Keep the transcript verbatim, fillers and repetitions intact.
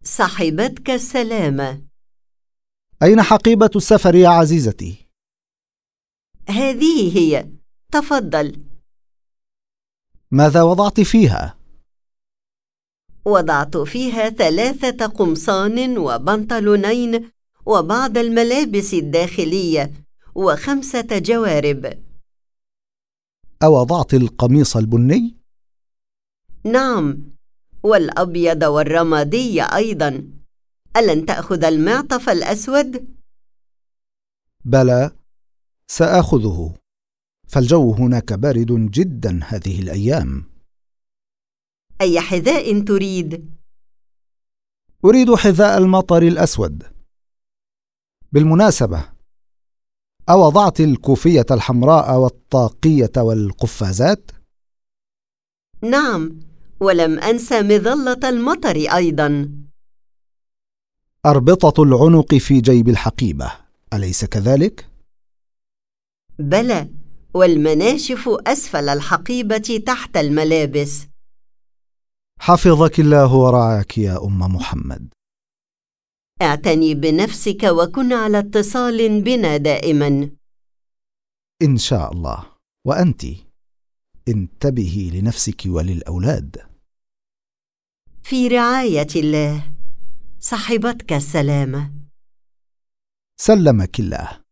صاحبتك السلامة. أين حقيبة السفر يا عزيزتي؟ هذه هي، تفضل. ماذا وضعت فيها؟ وضعت فيها ثلاثة قمصان وبنطلونين وبعض الملابس الداخلية وخمسة جوارب. أوضعت القميص البني؟ نعم، والأبيض والرمادي أيضا. ألن تأخذ المعطف الأسود؟ بلى، سآخذه، فالجو هناك بارد جدا هذه الأيام. أي حذاء تريد؟ أريد حذاء المطر الأسود. بالمناسبة، أوضعت الكوفية الحمراء والطاقية والقفازات؟ نعم، ولم أنس مظلة المطر أيضا. أربطة العنق في جيب الحقيبة، أليس كذلك؟ بلى، والمناشف أسفل الحقيبة تحت الملابس. حفظك الله ورعاك يا أم محمد. اعتني بنفسك وكن على اتصال بنا دائما. إن شاء الله. وأنتِ انتبهي لنفسك وللأولاد. في رعاية الله. صاحبتك السلامة. سلمك الله.